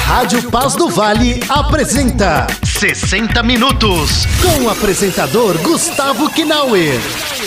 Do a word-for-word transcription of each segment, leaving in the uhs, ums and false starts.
Rádio Paz do Vale apresenta sessenta minutos com o apresentador Gustavo Knauer.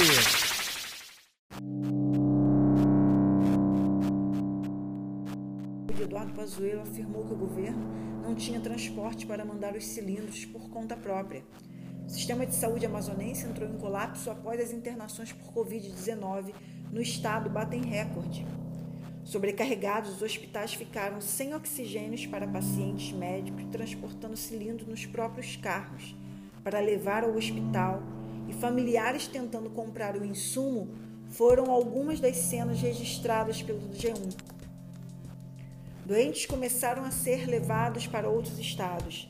Eduardo Pazuello afirmou que o governo não tinha transporte para mandar os cilindros por conta própria. O sistema de saúde amazonense entrou em colapso após as internações por covid dezenove no estado batem recorde. Sobrecarregados, os hospitais ficaram sem oxigênios para pacientes médicos, transportando cilindros nos próprios carros para levar ao hospital, e familiares tentando comprar o insumo foram algumas das cenas registradas pelo G um. Doentes começaram a ser levados para outros estados.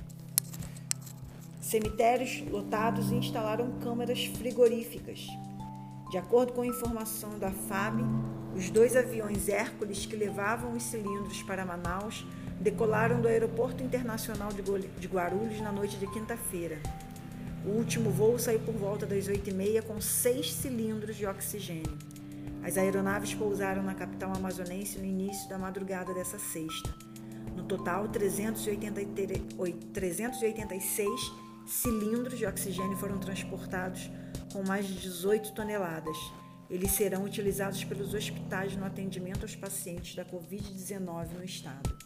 Cemitérios lotados instalaram câmaras frigoríficas. De acordo com a informação da F A B, os dois aviões Hércules que levavam os cilindros para Manaus decolaram do Aeroporto Internacional de Guarulhos na noite de quinta-feira. O último voo saiu por volta das oito e meia com seis cilindros de oxigênio. As aeronaves pousaram na capital amazonense no início da madrugada dessa sexta. No total, trezentos e oitenta e seis cilindros de oxigênio foram transportados com mais de dezoito toneladas. Eles serão utilizados pelos hospitais no atendimento aos pacientes da covid dezenove no estado.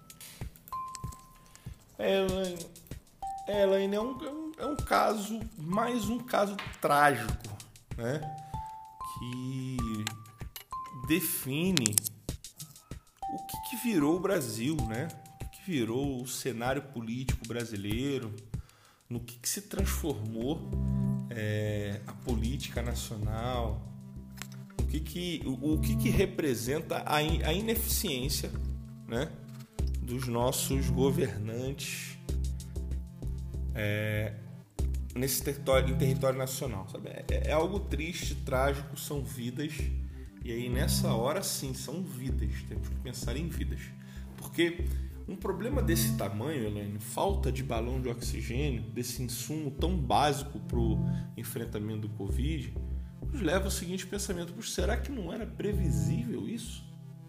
Elaine, Elaine é, um, é um caso, mais um caso trágico, né? Que define o que, que virou o Brasil, né? O que, que virou o cenário político brasileiro, no que, que se transformou é, a política nacional, o que, que, o, o que, que representa a, in, a ineficiência, né, dos nossos governantes é, nesse território, em território nacional. Sabe? É, é algo triste, trágico, são vidas. E aí, nessa hora, sim, são vidas. Temos que pensar em vidas. Porque um problema desse tamanho, Elaine, falta de balão de oxigênio, desse insumo tão básico para o enfrentamento do Covid, nos leva ao seguinte pensamento: será que não era previsível isso?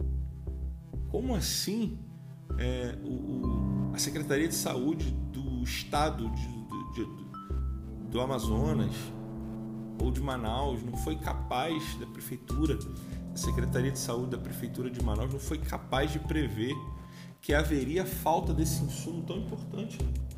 Como assim é, o, o, a Secretaria de Saúde do Estado de, de, de, do Amazonas ou de Manaus não foi capaz, da Prefeitura, a Secretaria de Saúde da Prefeitura de Manaus não foi capaz de prever que haveria falta desse insumo tão importante?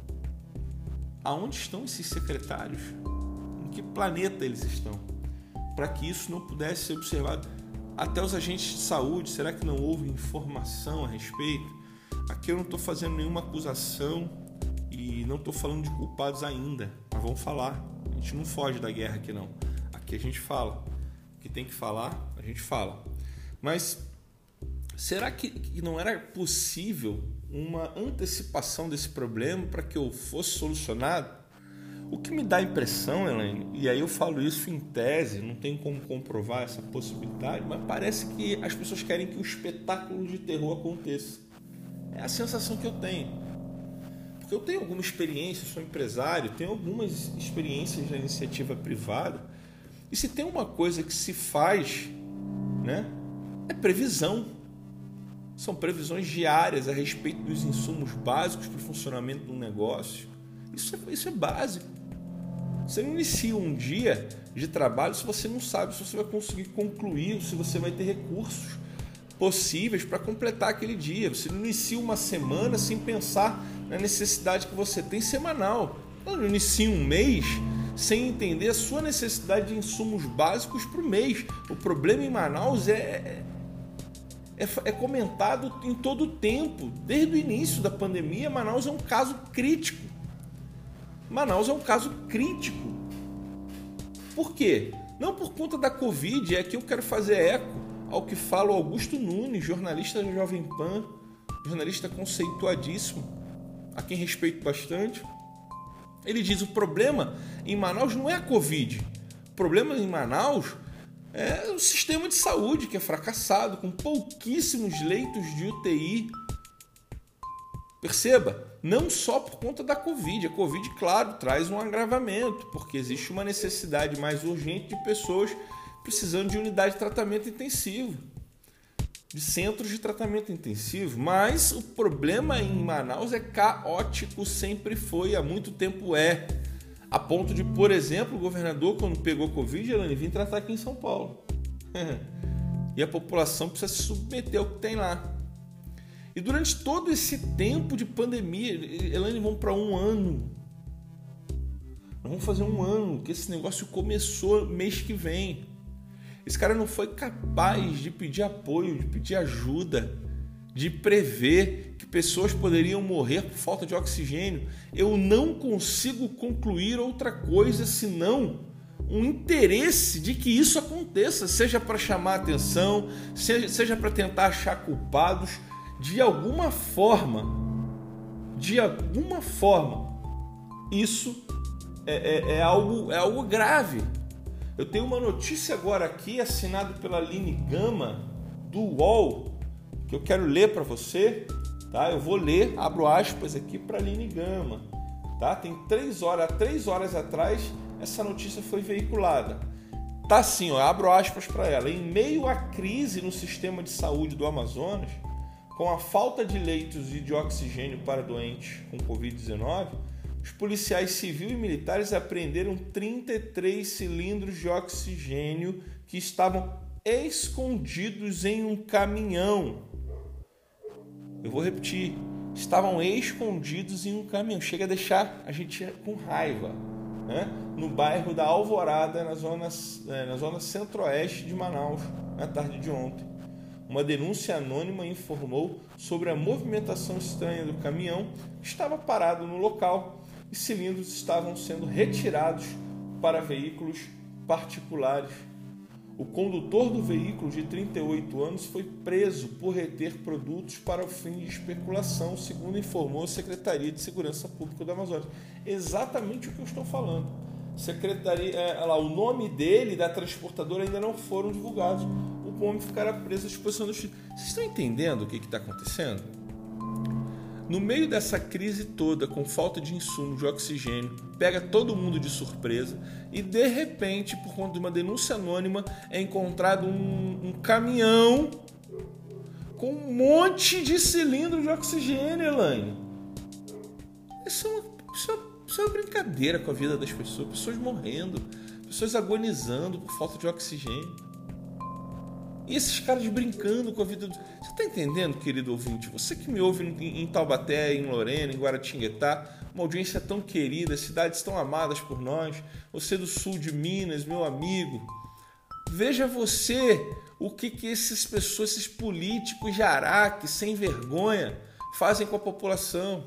Aonde estão esses secretários? Em que planeta eles estão? Para que isso não pudesse ser observado. Até os agentes de saúde, será que não houve informação a respeito? Aqui eu não estou fazendo nenhuma acusação e não estou falando de culpados ainda, mas vamos falar. A gente não foge da guerra aqui não. Aqui a gente fala. O que tem que falar, a gente fala. Mas será que não era possível uma antecipação desse problema para que eu fosse solucionado? O que me dá a impressão, Elaine, e aí eu falo isso em tese, não tem como comprovar essa possibilidade, mas parece que as pessoas querem que o espetáculo de terror aconteça. É a sensação que eu tenho. Porque eu tenho alguma experiência, sou empresário, tenho algumas experiências na iniciativa privada, e se tem uma coisa que se faz, né, é previsão. São previsões diárias a respeito dos insumos básicos para o funcionamento do negócio. Isso é, isso é básico. Você não inicia um dia de trabalho se você não sabe se você vai conseguir concluir, se você vai ter recursos possíveis para completar aquele dia. Você não inicia uma semana sem pensar na necessidade que você tem semanal. Você não inicia um mês sem entender a sua necessidade de insumos básicos para o mês. O problema em Manaus é... É, é comentado em todo o tempo. Desde o início da pandemia, Manaus é um caso crítico. Manaus é um caso crítico. Por quê? Não por conta da Covid, é que eu quero fazer eco ao que fala o Augusto Nunes, jornalista da Jovem Pan, jornalista conceituadíssimo, a quem respeito bastante. Ele diz: o problema em Manaus não é a Covid. O problema em Manaus é o sistema de saúde, que é fracassado, com pouquíssimos leitos de U T I. Perceba, não só por conta da Covid. A Covid, claro, traz um agravamento, porque existe uma necessidade mais urgente de pessoas precisando de unidade de tratamento intensivo. de centros de tratamento intensivo. Mas o problema em Manaus é caótico, sempre foi, há muito tempo é. A ponto de, por exemplo, o governador, quando pegou Covid, Elaine, vir tratar aqui em São Paulo. E a população precisa se submeter ao que tem lá. E durante todo esse tempo de pandemia, Elaine, vamos para um ano. Nós vamos fazer um ano que esse negócio começou mês que vem. Esse cara não foi capaz de pedir apoio, de pedir ajuda, de prever que pessoas poderiam morrer por falta de oxigênio. Eu não consigo concluir outra coisa senão um interesse de que isso aconteça, seja para chamar atenção, seja, seja para tentar achar culpados. De alguma forma, de alguma forma, isso é, é, é, algo, é algo grave. Eu tenho uma notícia agora aqui, assinada pela Aline Gama, do U O L, que eu quero ler para você, tá? Eu vou ler, abro aspas aqui para Aline Gama, tá? Tem três horas, há três horas atrás, essa notícia foi veiculada. Tá assim, ó, abro aspas para ela. Em meio à crise no sistema de saúde do Amazonas, com a falta de leitos e de oxigênio para doentes com covid dezenove, os policiais civis e militares apreenderam trinta e três cilindros de oxigênio que estavam escondidos em um caminhão. Eu vou repetir. Estavam escondidos em um caminhão. Chega a deixar a gente com raiva, né? No bairro da Alvorada, na zona, na zona centro-oeste de Manaus, na tarde de ontem. Uma denúncia anônima informou sobre a movimentação estranha do caminhão que estava parado no local e cilindros estavam sendo retirados para veículos particulares. O condutor do veículo, de trinta e oito anos, foi preso por reter produtos para o fim de especulação, segundo informou a Secretaria de Segurança Pública do Amazonas. Exatamente o que eu estou falando. Secretaria, é, lá, o nome dele e da transportadora ainda não foram divulgados. O homem ficará preso à disposição do justiça. Vocês estão entendendo o que está acontecendo? No meio dessa crise toda, com falta de insumo, de oxigênio, pega todo mundo de surpresa e, de repente, por conta de uma denúncia anônima, é encontrado um, um caminhão com um monte de cilindros de oxigênio, Elaine. Isso é, uma, isso, é uma, isso é uma brincadeira com a vida das pessoas. Pessoas morrendo, pessoas agonizando por falta de oxigênio. E esses caras brincando com a vida do... Você está entendendo, querido ouvinte? Você que me ouve em Taubaté, em Lorena, em Guaratinguetá, uma audiência tão querida, cidades tão amadas por nós, você do sul de Minas, meu amigo. Veja você o que, que essas pessoas, esses políticos de Araque, sem vergonha, fazem com a população.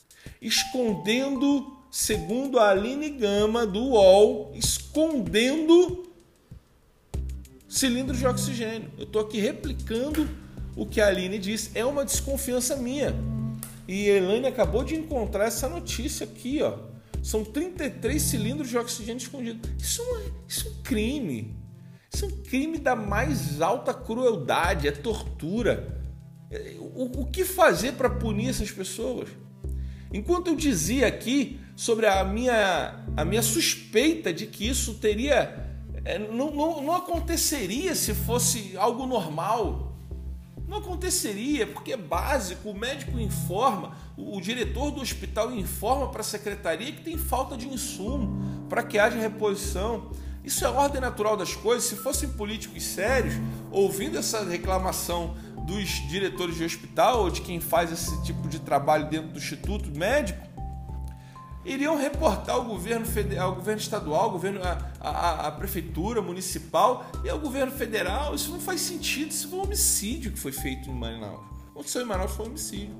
Escondendo, segundo a Aline Gama, do U O L, escondendo cilindros de oxigênio. Eu estou aqui replicando o que a Aline disse. É uma desconfiança minha. E a Elaine acabou de encontrar essa notícia aqui, ó. São trinta e três cilindros de oxigênio escondidos. Isso é, um, isso é um crime. Isso é um crime da mais alta crueldade, é tortura. O, o que fazer para punir essas pessoas? Enquanto eu dizia aqui sobre a minha, a minha suspeita de que isso teria... Não, não, não aconteceria se fosse algo normal. Não aconteceria, porque é básico. O médico informa, o, o diretor do hospital informa para a secretaria que tem falta de insumo para que haja reposição. Isso é a ordem natural das coisas. Se fossem políticos sérios, ouvindo essa reclamação dos diretores de hospital ou de quem faz esse tipo de trabalho dentro do Instituto Médico, iriam reportar ao governo, federal, ao governo estadual, ao governo, a, a, a prefeitura municipal e ao governo federal. Isso não faz sentido. Isso foi um homicídio que foi feito em Manaus. O que aconteceu em Manaus foi um homicídio.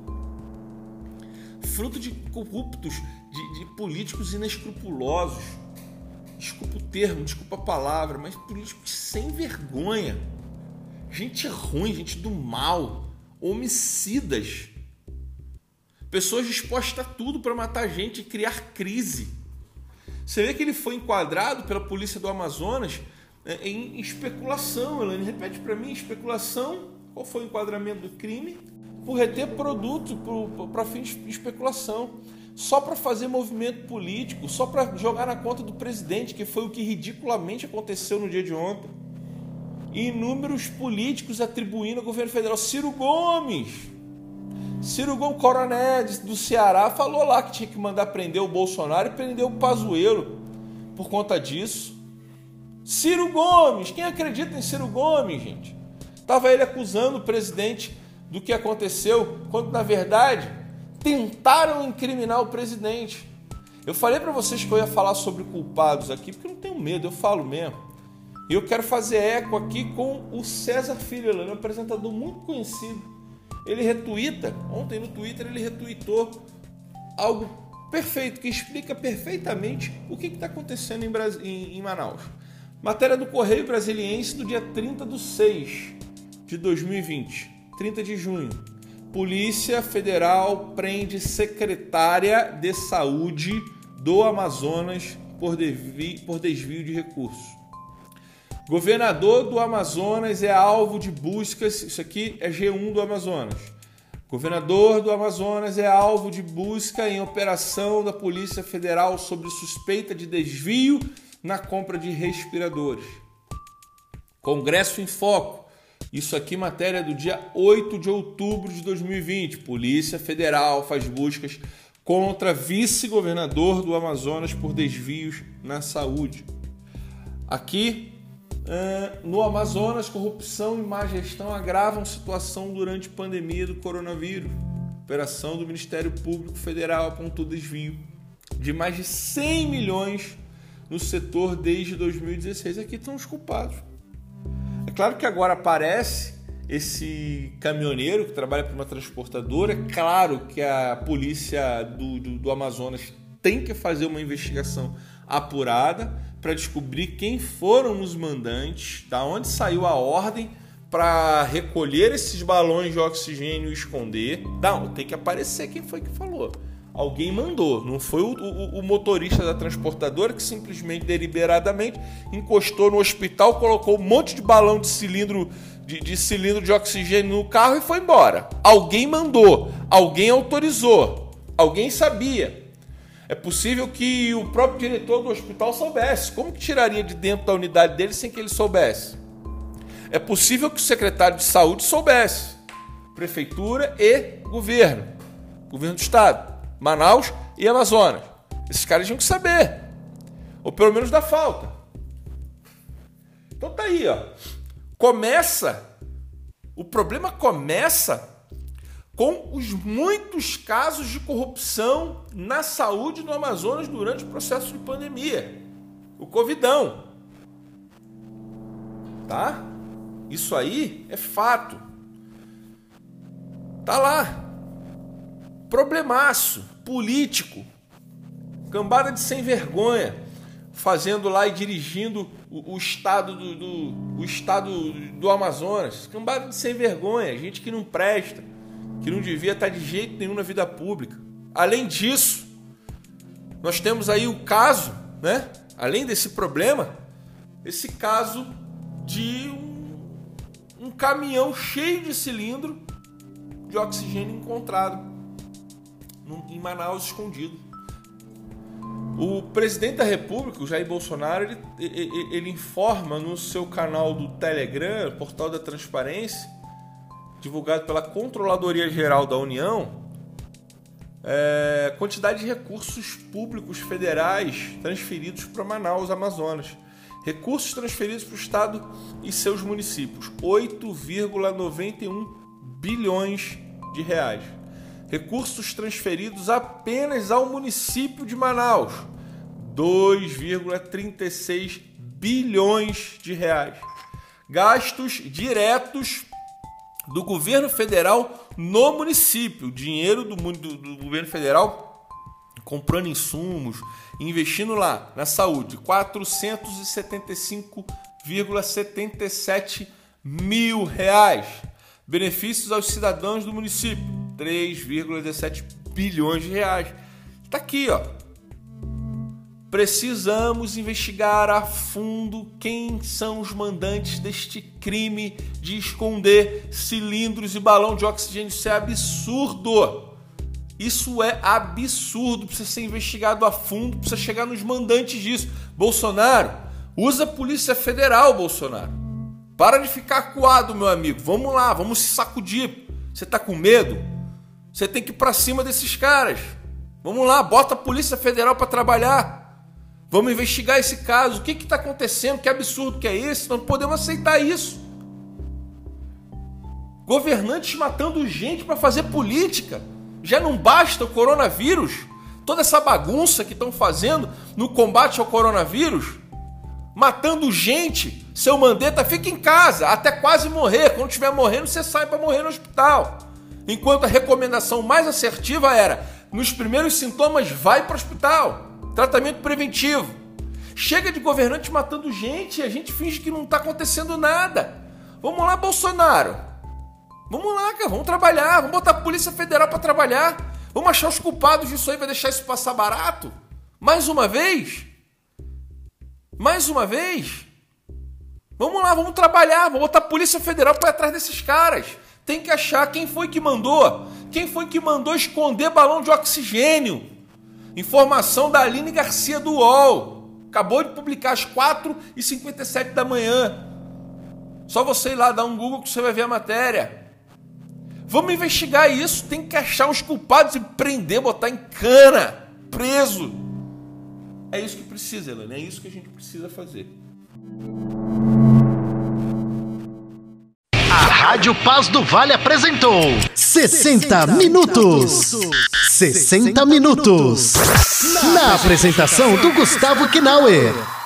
Fruto de corruptos, de, de políticos inescrupulosos. Desculpa o termo, desculpa a palavra, mas políticos sem vergonha. Gente ruim, gente do mal. Homicidas. Pessoas dispostas a tudo para matar gente e criar crise. Você vê que ele foi enquadrado pela polícia do Amazonas em especulação. Elaine, repete para mim, especulação. Qual foi o enquadramento do crime? Por reter produto para fins de especulação. Só para fazer movimento político, só para jogar na conta do presidente, que foi o que ridiculamente aconteceu no dia de ontem. inúmeros políticos atribuindo ao governo federal. Ciro Gomes, Ciro Gomes Coronel do Ceará falou lá que tinha que mandar prender o Bolsonaro e prender o Pazuello por conta disso. Ciro Gomes, quem acredita em Ciro Gomes, gente? Estava ele acusando o presidente do que aconteceu, quando na verdade tentaram incriminar o presidente. Eu falei para vocês que eu ia falar sobre culpados aqui, porque eu não tenho medo, eu falo mesmo. E eu quero fazer eco aqui com o César Filho, ele é um apresentador muito conhecido. Ele retuita, ontem no Twitter ele retuitou algo perfeito, que explica perfeitamente o que está acontecendo em, Bras... em, em Manaus. Matéria do Correio Brasiliense do dia trinta de seis de dois mil e vinte, trinta de junho. Polícia Federal prende secretária de Saúde do Amazonas por desvio, por desvio de recursos. Governador do Amazonas é alvo de buscas, isso aqui é G um do Amazonas. Governador do Amazonas é alvo de busca em operação da Polícia Federal sobre suspeita de desvio na compra de respiradores. Congresso em Foco. Isso aqui, matéria do dia oito de outubro de dois mil e vinte. Polícia Federal faz buscas contra vice-governador do Amazonas por desvios na saúde. Aqui, no Amazonas, corrupção e má gestão agravam situação durante a pandemia do coronavírus. Operação do Ministério Público Federal apontou desvio de mais de cem milhões no setor desde dois mil e dezesseis. Aqui estão os culpados. É claro que agora aparece esse caminhoneiro que trabalha para uma transportadora. É claro que a polícia do, do, do Amazonas tem que fazer uma investigação apurada para descobrir quem foram os mandantes, da onde saiu a ordem para recolher esses balões de oxigênio e esconder. Não, tem que aparecer quem foi que falou. Alguém mandou, não foi o, o, o motorista da transportadora que simplesmente, deliberadamente, encostou no hospital, colocou um monte de balão de cilindro de, de cilindro de oxigênio no carro e foi embora. Alguém mandou, alguém autorizou, alguém sabia. É possível que o próprio diretor do hospital soubesse. Como que tiraria de dentro da unidade dele sem que ele soubesse? É possível que o secretário de saúde soubesse. Prefeitura e governo. Governo do estado. Manaus e Amazonas. Esses caras tinham que saber. Ou pelo menos dar falta. Então tá aí, ó. Começa. O problema começa com os muitos casos de corrupção na saúde no Amazonas durante o processo de pandemia. O Covidão. Tá? Isso aí é fato. Tá lá. Problemaço, político, cambada de sem vergonha, fazendo lá e dirigindo o, o, estado do, do, o estado do Amazonas. Cambada de sem vergonha, gente que não presta, que não devia estar de jeito nenhum na vida pública. Além disso, nós temos aí o caso, né? Além desse problema, esse caso de um, um caminhão cheio de cilindro de oxigênio encontrado em Manaus, escondido. O presidente da República, o Jair Bolsonaro, ele, ele, ele informa no seu canal do Telegram, Portal da Transparência, divulgado pela Controladoria Geral da União, é, quantidade de recursos públicos federais transferidos para Manaus, Amazonas. Recursos transferidos para o estado e seus municípios, oito vírgula noventa e um bilhões de reais. Recursos transferidos apenas ao município de Manaus, dois vírgula trinta e seis bilhões de reais. Gastos diretos do governo federal no município, dinheiro do, do, do governo federal comprando insumos, investindo lá na saúde, quatrocentos e setenta e cinco vírgula setenta e sete mil reais. Benefícios aos cidadãos do município, três vírgula dezessete bilhões de reais. Está aqui, ó. Precisamos investigar a fundo quem são os mandantes deste crime de esconder cilindros e balão de oxigênio. Isso é absurdo. Isso é absurdo. Precisa ser investigado a fundo, precisa chegar nos mandantes disso. Bolsonaro, usa a Polícia Federal, Bolsonaro. Para de ficar acuado, meu amigo. Vamos lá, vamos se sacudir. Você tá com medo? Você tem que ir pra cima desses caras. Vamos lá, bota a Polícia Federal para trabalhar. Vamos investigar esse caso. O que que tá acontecendo? Que absurdo que é esse? Nós não podemos aceitar isso. Governantes matando gente para fazer política. Já não basta o coronavírus? Toda essa bagunça que estão fazendo no combate ao coronavírus? Matando gente. Seu Mandetta fica em casa até quase morrer. Quando estiver morrendo, você sai para morrer no hospital. Enquanto a recomendação mais assertiva era, nos primeiros sintomas, vai para o hospital. Tratamento preventivo. Chega de governante matando gente e a gente finge que não está acontecendo nada. Vamos lá, Bolsonaro. Vamos lá, cara. Vamos trabalhar. Vamos botar a Polícia Federal para trabalhar. Vamos achar os culpados disso aí. Vai deixar isso passar barato? Mais uma vez? Mais uma vez? Vamos lá, vamos trabalhar. Vamos botar a Polícia Federal para ir atrás desses caras. Tem que achar quem foi que mandou. Quem foi que mandou esconder balão de oxigênio. Informação da Aline Garcia do U O L. Acabou de publicar às quatro e cinquenta e sete da manhã. Só você ir lá dar um Google que você vai ver a matéria. Vamos investigar isso. Tem que achar os culpados e prender, botar em cana. Preso. É isso que precisa, Helena. É isso que a gente precisa fazer. A Rádio Paz do Vale apresentou sessenta minutos. sessenta minutos. Na apresentação do Gustavo Knauer.